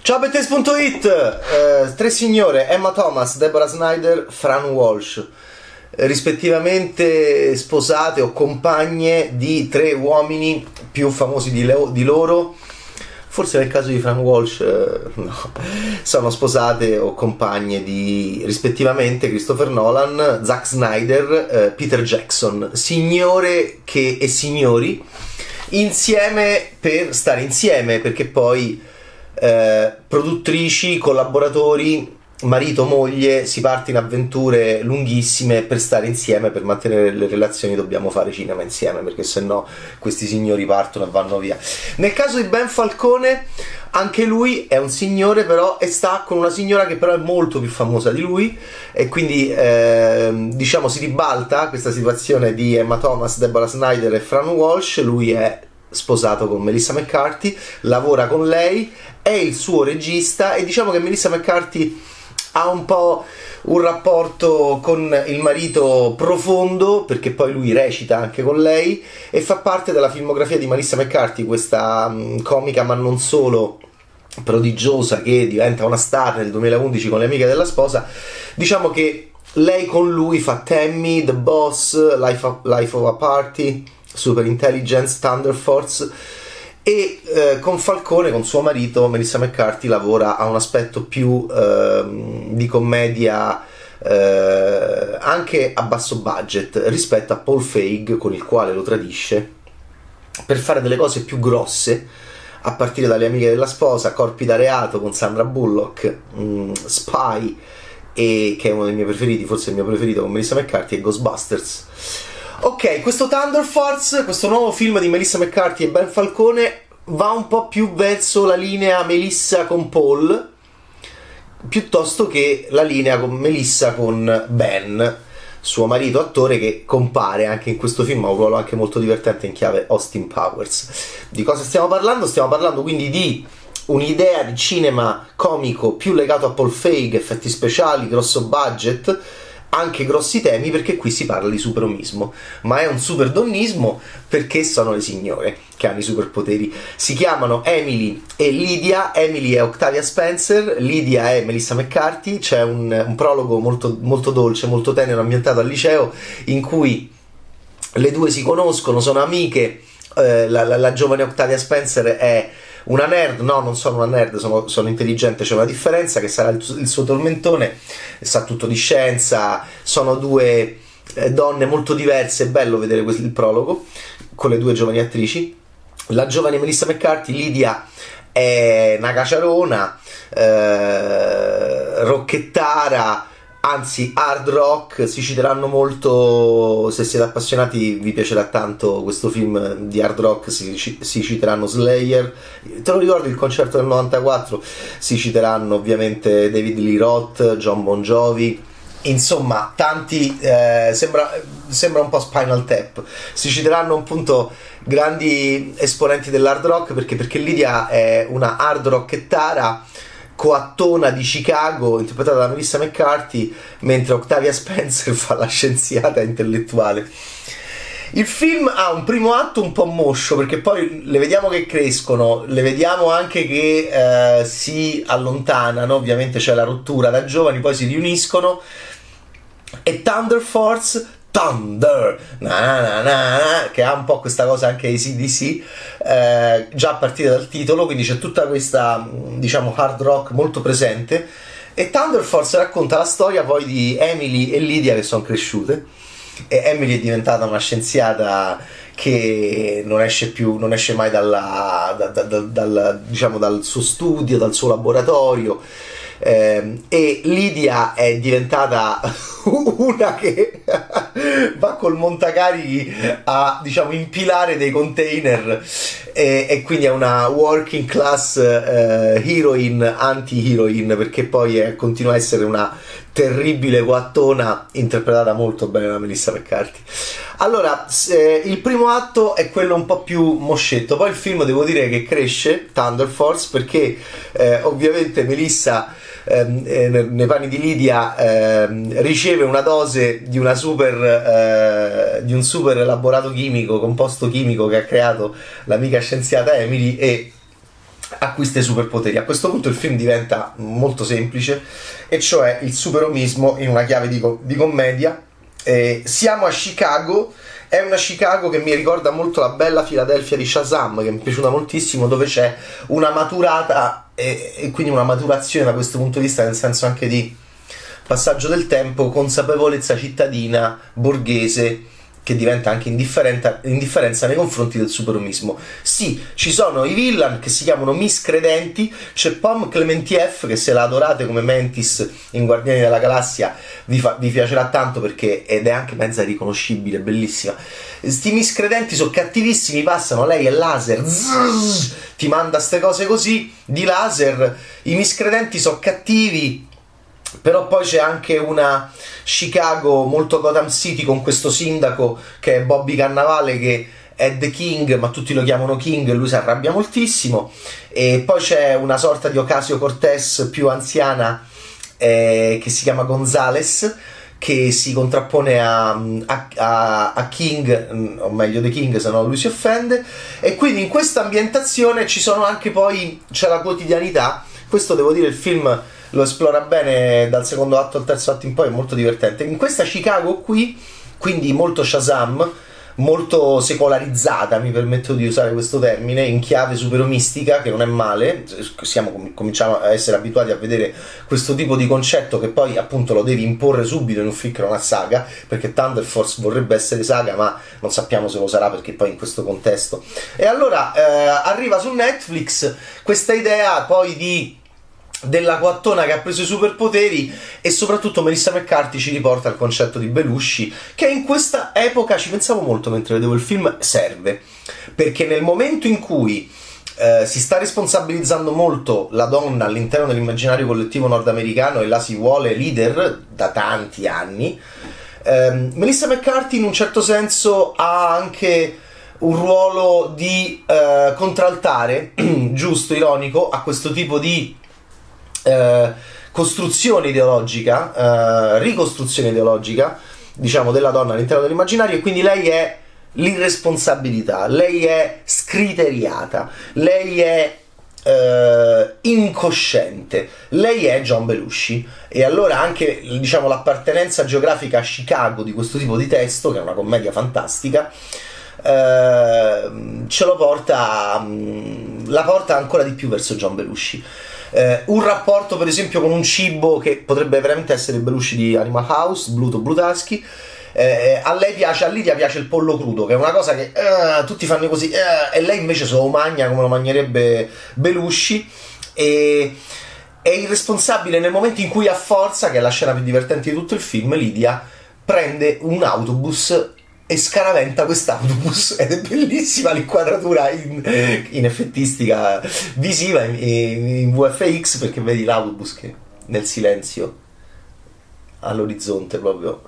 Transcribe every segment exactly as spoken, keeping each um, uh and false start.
Ciao Bettes punto it, eh, tre signore, Emma Thomas, Deborah Snyder, Fran Walsh, rispettivamente sposate o compagne di tre uomini più famosi di, le- di loro. Forse nel caso di Fran Walsh eh, no, sono sposate o compagne di rispettivamente Christopher Nolan, Zack Snyder, eh, Peter Jackson, signore che e signori insieme per stare insieme, perché poi eh, produttrici, collaboratori, marito, moglie, si parte in avventure lunghissime per stare insieme, per mantenere le relazioni dobbiamo fare cinema insieme, perché sennò questi signori partono e vanno via. Nel caso di Ben Falcone, anche lui è un signore però e sta con una signora che però è molto più famosa di lui, e quindi eh, diciamo si ribalta questa situazione di Emma Thomas, Deborah Snyder e Fran Walsh. Lui è sposato con Melissa McCarthy, lavora con lei, è il suo regista, e diciamo che Melissa McCarthy ha un po' un rapporto con il marito profondo, perché poi lui recita anche con lei e fa parte della filmografia di Melissa McCarthy, questa um, comica ma non solo prodigiosa che diventa una star nel duemilaundici con Le amiche della sposa. Diciamo che lei con lui fa Tammy, The Boss, Life of, Life of a Party, Super Intelligence, Thunder Force, e eh, con Falcone, con suo marito Melissa McCarthy, lavora a un aspetto più eh, di commedia eh, anche a basso budget rispetto a Paul Feig, con il quale lo tradisce per fare delle cose più grosse, a partire dalle amiche della sposa, Corpi da reato con Sandra Bullock, mh, Spy, e che è uno dei miei preferiti, forse il mio preferito con Melissa McCarthy, e Ghostbusters. Ok, questo Thunder Force, questo nuovo film di Melissa McCarthy e Ben Falcone, va un po' più verso la linea Melissa con Paul, piuttosto che la linea con Melissa con Ben, suo marito attore, che compare anche in questo film, ha un ruolo anche molto divertente in chiave Austin Powers. Di cosa stiamo parlando? Stiamo parlando quindi di un'idea di cinema comico più legato a Paul Feig, effetti speciali, grosso budget, anche grossi temi, perché qui si parla di superomismo, ma è un superdonnismo perché sono le signore che hanno i superpoteri. Si chiamano Emily e Lydia. Emily è Octavia Spencer, Lydia è Melissa McCarthy. C'è un, un prologo molto, molto dolce, molto tenero, ambientato al liceo, in cui le due si conoscono, sono amiche. eh, la, la, la giovane Octavia Spencer è una nerd, no, non sono una nerd, sono, sono intelligente, c'è una differenza, che sarà il, il suo tormentone, sa tutto di scienza. Sono due eh, donne molto diverse, è bello vedere questo, il prologo, con le due giovani attrici. La giovane Melissa McCarthy, Lydia, è una caciarona, eh, rocchettara, anzi hard rock. Si citeranno molto, se siete appassionati vi piacerà tanto questo film di hard rock, si, si citeranno Slayer, te lo ricordi il concerto del novantaquattro, si citeranno ovviamente David Lee Roth, John Bon Jovi, insomma tanti, eh, sembra, sembra un po' Spinal Tap. Si citeranno appunto grandi esponenti dell'hard rock, perché, perché Lydia è una hard rockettara coattona di Chicago, interpretata da Melissa McCarthy, mentre Octavia Spencer fa la scienziata intellettuale. Il film ha un primo atto un po' moscio, perché poi le vediamo che crescono, le vediamo anche che eh, si allontanano, ovviamente c'è la rottura da giovani, poi si riuniscono, e Thunder Force, Thunder, na na na na, che ha un po' questa cosa anche A C D C, eh, già a partire dal titolo, quindi c'è tutta questa, diciamo, hard rock molto presente. E Thunder Force racconta la storia poi di Emily e Lydia, che sono cresciute, e Emily è diventata una scienziata che non esce più, non esce mai dalla, da, da, da, dal, diciamo, dal suo studio, dal suo laboratorio. Eh, e Lydia è diventata una che va col montacarichi a, diciamo, impilare dei container, e, e quindi è una working class eh, heroine, anti-heroine, perché poi è, continua a essere una terribile guattona, interpretata molto bene da Melissa McCarthy. Allora, eh, il primo atto è quello un po' più moscetto, poi il film devo dire che cresce, Thunder Force, perché eh, ovviamente Melissa ehm, eh, nei panni di Lydia ehm, riceve una dose di una super eh, di un super elaborato chimico, composto chimico che ha creato l'amica scienziata Emily, e acquista i superpoteri. A questo punto il film diventa molto semplice, e cioè il superomismo in una chiave di, co- di commedia. Eh, siamo a Chicago. È una Chicago che mi ricorda molto la bella Filadelfia di Shazam, che mi è piaciuta moltissimo, dove c'è una maturata e, e quindi una maturazione da questo punto di vista, nel senso anche di passaggio del tempo, consapevolezza cittadina, borghese, che diventa anche indifferenza nei confronti del superomismo. Sì, ci sono i villain che si chiamano miscredenti, c'è Pom Clementieff, che se la adorate come Mantis in Guardiani della Galassia vi, fa, vi piacerà tanto, perché ed è anche mezza riconoscibile, bellissima. Sti miscredenti sono cattivissimi, passano, lei è laser, zzz, ti manda ste cose così di laser. I miscredenti sono cattivi, però poi c'è anche una Chicago molto Gotham City, con questo sindaco che è Bobby Cannavale, che è The King, ma tutti lo chiamano King e lui si arrabbia moltissimo. E poi c'è una sorta di Ocasio-Cortez più anziana, eh, che si chiama Gonzales, che si contrappone a, a, a, a King, o meglio The King, se no lui si offende. E quindi in questa ambientazione ci sono anche poi, c'è la quotidianità. Questo devo dire, il film lo esplora bene dal secondo atto al terzo atto in poi, è molto divertente. In questa Chicago qui, quindi molto Shazam, molto secolarizzata, mi permetto di usare questo termine, in chiave superomistica, che non è male. Siamo, cominciamo a essere abituati a vedere questo tipo di concetto, che poi appunto lo devi imporre subito in un film che non ha saga, perché Thunder Force vorrebbe essere saga, ma non sappiamo se lo sarà, perché poi in questo contesto. E allora eh, arriva su Netflix questa idea poi di della coattona che ha preso i superpoteri, e soprattutto Melissa McCarthy ci riporta al concetto di Belushi, che in questa epoca, ci pensavo molto mentre vedevo il film, serve, perché nel momento in cui eh, si sta responsabilizzando molto la donna all'interno dell'immaginario collettivo nordamericano e la si vuole leader da tanti anni, ehm, Melissa McCarthy in un certo senso ha anche un ruolo di eh, contraltare giusto, ironico, a questo tipo di Eh, costruzione ideologica, eh, ricostruzione ideologica, diciamo, della donna all'interno dell'immaginario. E quindi lei è l'irresponsabilità, lei è scriteriata, lei è eh, incosciente, lei è John Belushi. E allora anche, diciamo, l'appartenenza geografica a Chicago di questo tipo di testo, che è una commedia fantastica, eh, ce lo porta, la porta ancora di più verso John Belushi. Eh, un rapporto per esempio con un cibo che potrebbe veramente essere il Belushi di Animal House, Bluto Blutaski. Eh, a lei piace, a Lidia piace il pollo crudo, che è una cosa che eh, tutti fanno così, eh, e lei invece se lo mangia come lo mangerebbe Belushi. E è irresponsabile nel momento in cui, a forza, che è la scena più divertente di tutto il film, Lidia prende un autobus e scaraventa quest'autobus, ed è bellissima l'inquadratura in, in effettistica visiva, in, in V F X, perché vedi l'autobus che nel silenzio all'orizzonte proprio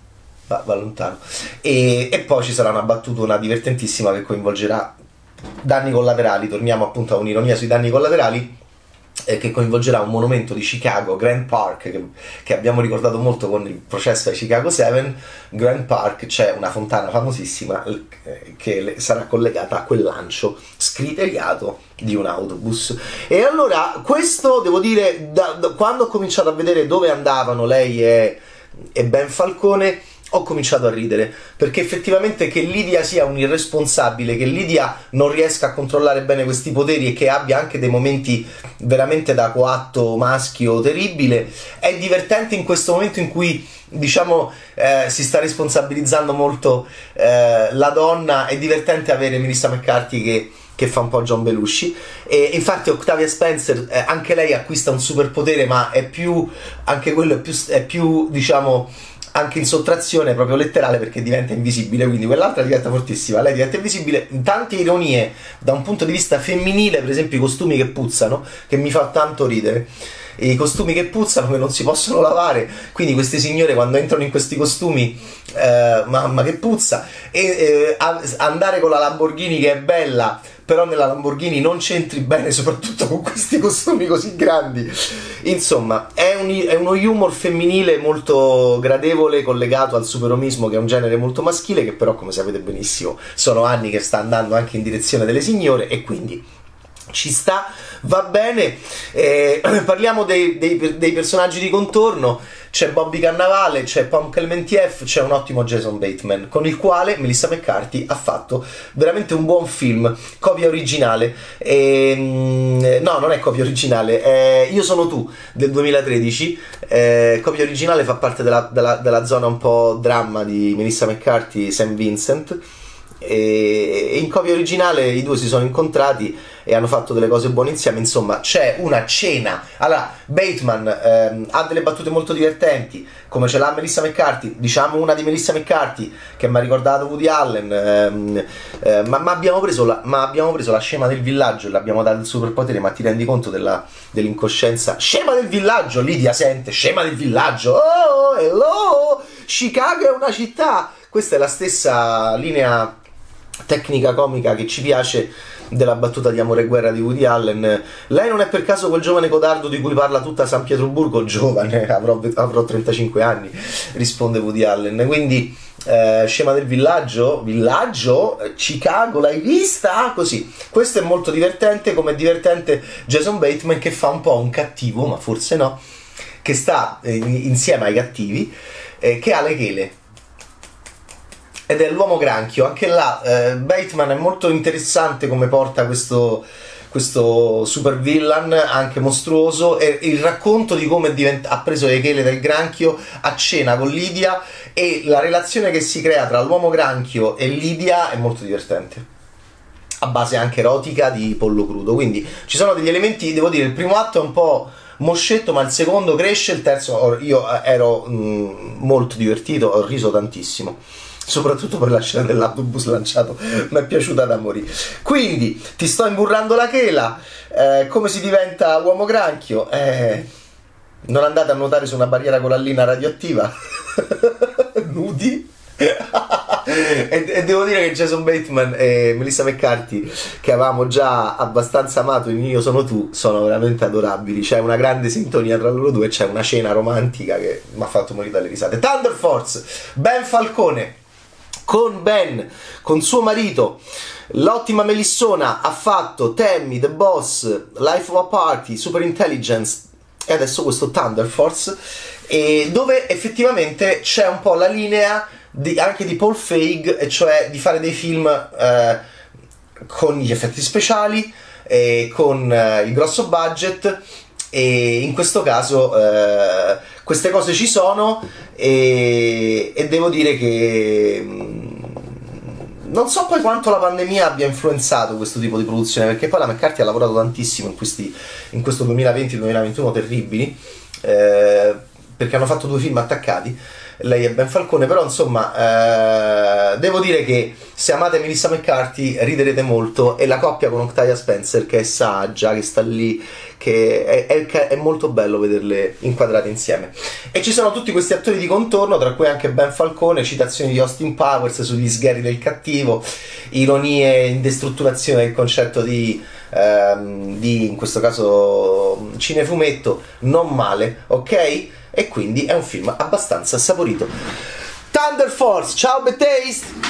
va, va lontano. E, e poi ci sarà una battutona divertentissima che coinvolgerà danni collaterali. Torniamo appunto a un'ironia sui danni collaterali, eh, che coinvolgerà un monumento di Chicago, Grand Park, che, che abbiamo ricordato molto con il processo ai Chicago sette. Grand Park, c'è una fontana famosissima eh, che le, sarà collegata a quel lancio scriteriato di un autobus. E allora questo, devo dire, da, da, quando ho cominciato a vedere dove andavano lei e, e Ben Falcone, ho cominciato a ridere, perché effettivamente che Lidia sia un irresponsabile, che Lidia non riesca a controllare bene questi poteri e che abbia anche dei momenti veramente da coatto maschio terribile, è divertente in questo momento in cui, diciamo, eh, si sta responsabilizzando molto eh, la donna. È divertente avere Melissa McCarthy che che fa un po' John Belushi. E infatti Octavia Spencer, eh, anche lei acquista un superpotere, ma è più, anche quello è più, è più diciamo anche in sottrazione proprio letterale, perché diventa invisibile, quindi quell'altra diventa fortissima, lei diventa invisibile. Tante ironie da un punto di vista femminile, per esempio i costumi che puzzano, che mi fa tanto ridere, i costumi che puzzano, che non si possono lavare, quindi queste signore quando entrano in questi costumi, eh, mamma che puzza. E eh, andare con la Lamborghini che è bella, però nella Lamborghini non c'entri bene, soprattutto con questi costumi così grandi. Insomma, è, un, è uno humor femminile molto gradevole, collegato al superomismo, che è un genere molto maschile, che però, come sapete benissimo, sono anni che sta andando anche in direzione delle signore, e quindi ci sta, va bene. Eh, parliamo dei, dei, dei personaggi di contorno. C'è Bobby Cannavale, c'è Pom Klementieff, c'è un ottimo Jason Bateman, con il quale Melissa McCarthy ha fatto veramente un buon film, copia originale. E, no, non è copia originale, è Io sono tu del duemilatredici. Eh, copia originale, fa parte della, della, della zona un po' dramma di Melissa McCarthy, Saint Vincent. E in copia originale i due si sono incontrati e hanno fatto delle cose buone insieme. Insomma, c'è una cena. Allora, Bateman ehm, ha delle battute molto divertenti, come ce l'ha Melissa McCarthy. Diciamo una di Melissa McCarthy che mi ha ricordato Woody Allen, ehm, eh, ma, ma, abbiamo preso la, ma abbiamo preso la scema del villaggio e l'abbiamo dato il superpotere. Ma ti rendi conto della, dell'incoscienza? Scema del villaggio, Lidia sente, scema del villaggio, oh hello, Chicago è una città. Questa è la stessa linea tecnica comica che ci piace della battuta di Amore e guerra di Woody Allen. Lei non è per caso quel giovane codardo di cui parla tutta San Pietroburgo? Giovane, avrò, avrò trentacinque anni, risponde Woody Allen. Quindi eh, scema del villaggio, villaggio, Chicago, l'hai vista? Così. Questo è molto divertente, come è divertente Jason Bateman che fa un po' un cattivo, ma forse no, che sta eh, insieme ai cattivi, eh, che ha le chele. Ed è l'uomo granchio. Anche là eh, Bateman è molto interessante come porta questo, questo super villain, anche mostruoso, e il racconto di come divent- ha preso le chele del granchio a cena con Lydia, e la relazione che si crea tra l'uomo granchio e Lydia è molto divertente, a base anche erotica di pollo crudo. Quindi ci sono degli elementi, devo dire, il primo atto è un po' moscetto, ma il secondo cresce, il terzo io ero mh, molto divertito, ho riso tantissimo, soprattutto per la scena dell'autobus lanciato, mi è piaciuta da morire. Quindi ti sto imburrando la chela. Eh, come si diventa uomo granchio? Eh, non andate a nuotare su una barriera corallina radioattiva nudi. e, e devo dire che Jason Bateman e Melissa McCarthy, che avevamo già abbastanza amato in Io sono tu, sono veramente adorabili. C'è una grande sintonia tra loro due, c'è una scena romantica che mi ha fatto morire dalle risate. Thunder Force, Ben Falcone con Ben, con suo marito, l'ottima Melissona, ha fatto Tammy, The Boss, Life of a Party, Super Intelligence e adesso questo Thunder Force, e dove effettivamente c'è un po' la linea di, anche di Paul Feig, e cioè di fare dei film eh, con gli effetti speciali e con eh, il grosso budget, e in questo caso eh, queste cose ci sono, e, e devo dire che mh, non so poi quanto la pandemia abbia influenzato questo tipo di produzione, perché poi la McCarthy ha lavorato tantissimo in, questi, in questo duemilaventi duemilaventuno terribili, eh, perché hanno fatto due film attaccati, lei e Ben Falcone. Però insomma eh, devo dire che se amate Melissa McCarthy riderete molto, e la coppia con Octavia Spencer, che è saggia, che sta lì, che è, è, è molto bello vederle inquadrate insieme. E ci sono tutti questi attori di contorno, tra cui anche Ben Falcone, citazioni di Austin Powers sugli sgherri del cattivo, ironie in destrutturazione del concetto di, ehm, di in questo caso cinefumetto, non male, ok? E quindi è un film abbastanza saporito. Thunder Force, ciao Betaste!